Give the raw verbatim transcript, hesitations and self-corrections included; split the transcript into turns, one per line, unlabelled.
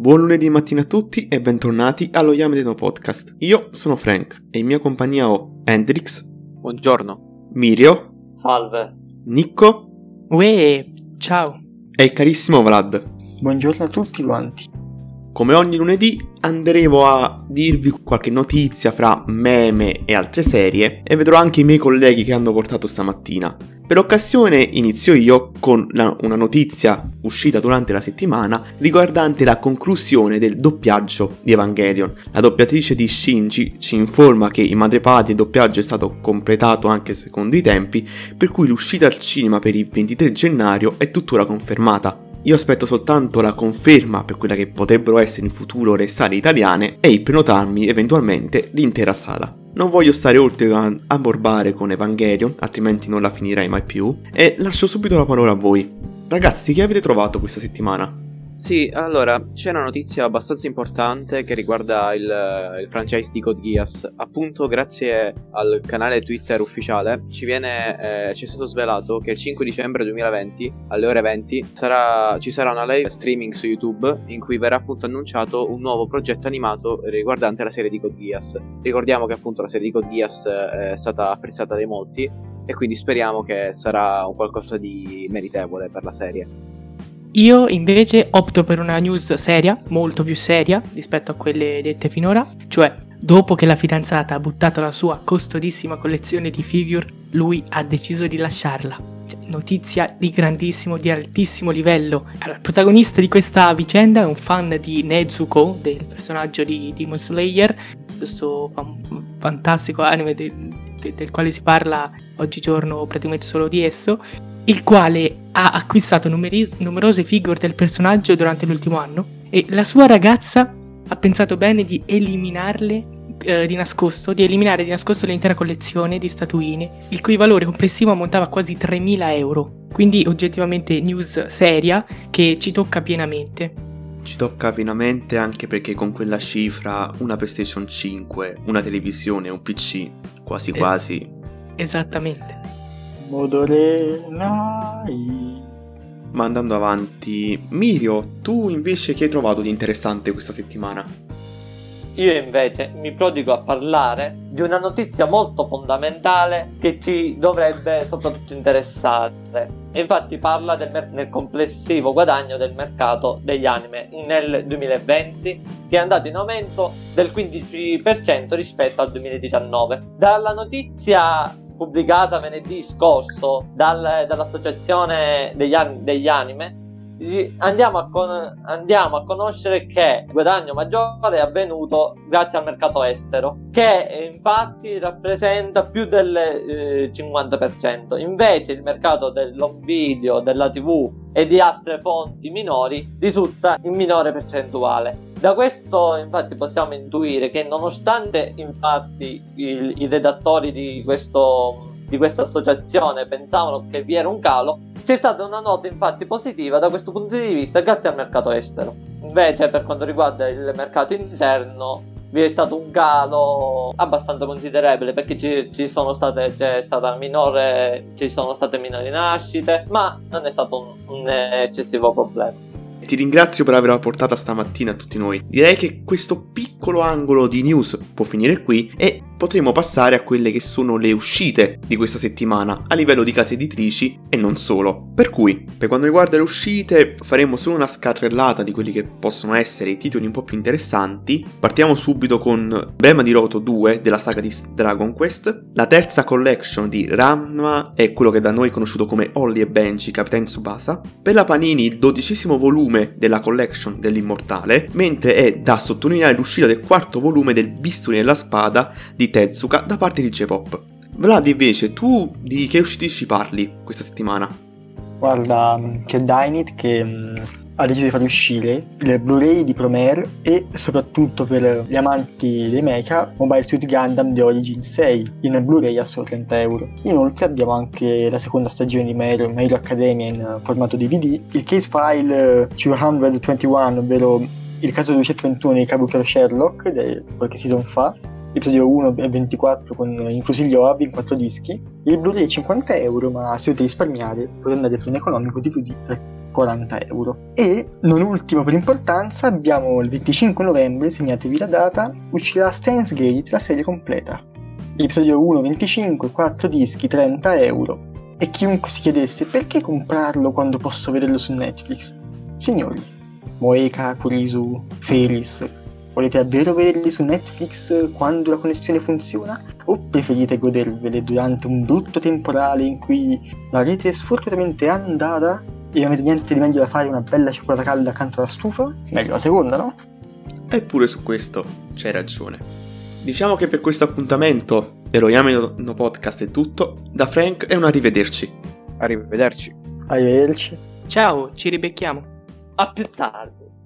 Buon lunedì mattina a tutti e bentornati allo Yamedeno Podcast. Io sono Frank e in mia compagnia ho Hendrix.
Buongiorno.
Mirio.
Salve.
Nicco.
Uè, ciao.
E il carissimo Vlad.
Buongiorno a tutti quanti.
Come ogni lunedì andremo a dirvi qualche notizia fra meme e altre serie e vedrò anche i miei colleghi che hanno portato stamattina. Per occasione inizio io con la, una notizia uscita durante la settimana riguardante la conclusione del doppiaggio di Evangelion. La doppiatrice di Shinji ci informa che in madrepatria il doppiaggio è stato completato anche secondo i tempi, per cui l'uscita al cinema per il ventitré gennaio è tuttora confermata. Io aspetto soltanto la conferma per quella che potrebbero essere in futuro le sale italiane e il prenotarmi eventualmente l'intera sala. Non voglio stare oltre a ammorbare con Evangelion, altrimenti non la finirei mai più, e lascio subito la parola a voi. Ragazzi, che avete trovato questa settimana?
Sì, allora, c'è una notizia abbastanza importante che riguarda il, il franchise di Code Geass. Appunto, grazie al canale Twitter ufficiale, ci viene, eh, ci è stato svelato che il cinque dicembre duemilaventi, alle ore venti, sarà, ci sarà una live streaming su YouTube in cui verrà appunto annunciato un nuovo progetto animato riguardante la serie di Code Geass. Ricordiamo che appunto la serie di Code Geass è stata apprezzata dai molti e quindi speriamo che sarà un qualcosa di meritevole per la serie.
Io invece opto per una news seria, molto più seria rispetto a quelle dette finora, cioè dopo che la fidanzata ha buttato la sua costosissima collezione di figure, lui ha deciso di lasciarla. Notizia di grandissimo, di altissimo livello. Allora, il protagonista di questa vicenda è un fan di Nezuko, del personaggio di Demon Slayer, questo fan- fantastico anime de- de- del quale si parla oggigiorno praticamente solo di esso, il quale ha acquistato numeri- numerose figure del personaggio durante l'ultimo anno e la sua ragazza ha pensato bene di eliminarle eh, di nascosto, di eliminare di nascosto l'intera collezione di statuine, il cui valore complessivo ammontava a quasi tremila euro. Quindi oggettivamente news seria che ci tocca pienamente.
Ci tocca pienamente anche perché con quella cifra una PlayStation cinque, una televisione, un P C, quasi quasi.
Eh, esattamente.
Modorenai.
Ma andando avanti, Mirio, tu invece che hai trovato di interessante questa settimana?
Io invece mi prodigo a parlare di una notizia molto fondamentale che ci dovrebbe soprattutto interessare. E infatti parla del, mer- del complessivo guadagno del mercato degli anime nel duemilaventi, che è andato in aumento del quindici per cento rispetto al duemiladiciannove. Dalla notizia pubblicata venerdì scorso dal, dall'associazione degli, an- degli anime, andiamo a, con- andiamo a conoscere che il guadagno maggiore è avvenuto grazie al mercato estero, che eh, infatti rappresenta più del eh, cinquanta per cento. Invece il mercato dell'home video, della tivù e di altre fonti minori risulta in minore percentuale. Da questo infatti possiamo intuire che nonostante infatti il, i redattori di questo di questa associazione pensavano che vi era un calo, c'è stata una nota infatti positiva da questo punto di vista grazie al mercato estero. Invece per quanto riguarda il mercato interno vi è stato un calo abbastanza considerevole, perché ci, ci sono state c'è stata minore ci sono state minori nascite, ma non è stato un, un eccessivo problema.
Ti ringrazio per averla portata stamattina a tutti noi. Direi che questo piccolo angolo di news può finire qui e potremo passare a quelle che sono le uscite di questa settimana a livello di case editrici e non solo. Per cui, per quanto riguarda le uscite, faremo solo una scarrellata di quelli che possono essere i titoli un po' più interessanti. Partiamo subito con Bema di Roto due della saga di Dragon Quest, la terza collection di Ranma e quello che da noi è conosciuto come Holly e Benji Captain Tsubasa, per la Panini il dodicesimo volume della collection dell'Immortale, mentre è da sottolineare l'uscita del quarto volume del Bisturi nella Spada di Tezuka da parte di J-Pop. Vlad, invece, tu di che uscite ci parli questa settimana?
Guarda, c'è Dynit che mh, ha deciso di far uscire il Blu-ray di Promare e soprattutto per gli amanti dei mecha Mobile Suit Gundam The Origin sei in Blu-ray a solo trenta euro. Inoltre abbiamo anche la seconda stagione di My Hero, My Hero Academia in formato D V D, il case file duecentoventuno, ovvero il caso duecentotrentuno di Kabuki Sherlock, di qualche season fa, episodio uno e ventiquattro con inclusi gli O A V in quattro dischi. Il Blu-ray è cinquanta euro, ma se volete risparmiare potete andare per un economico D V D. quaranta euro. E, non ultimo per importanza, abbiamo il venticinque novembre, segnatevi la data, uscirà Steins Gate, la serie completa. L'episodio uno venticinque, quattro dischi, trenta euro. E chiunque si chiedesse perché comprarlo quando posso vederlo su Netflix? Signori, Moeka, Kurisu, Feris, volete davvero vederli su Netflix quando la connessione funziona? O preferite godervele durante un brutto temporale in cui la rete è sfortunatamente andata e non avete niente di meglio da fare una bella cioccolata calda accanto alla stufa? Meglio la seconda, no?
Eppure su questo c'hai ragione. Diciamo che per questo appuntamento dell'Oyame no Podcast è tutto. Da Frank è un arrivederci.
Arrivederci.
Arrivederci.
Ciao, ci ribecchiamo.
A più tardi.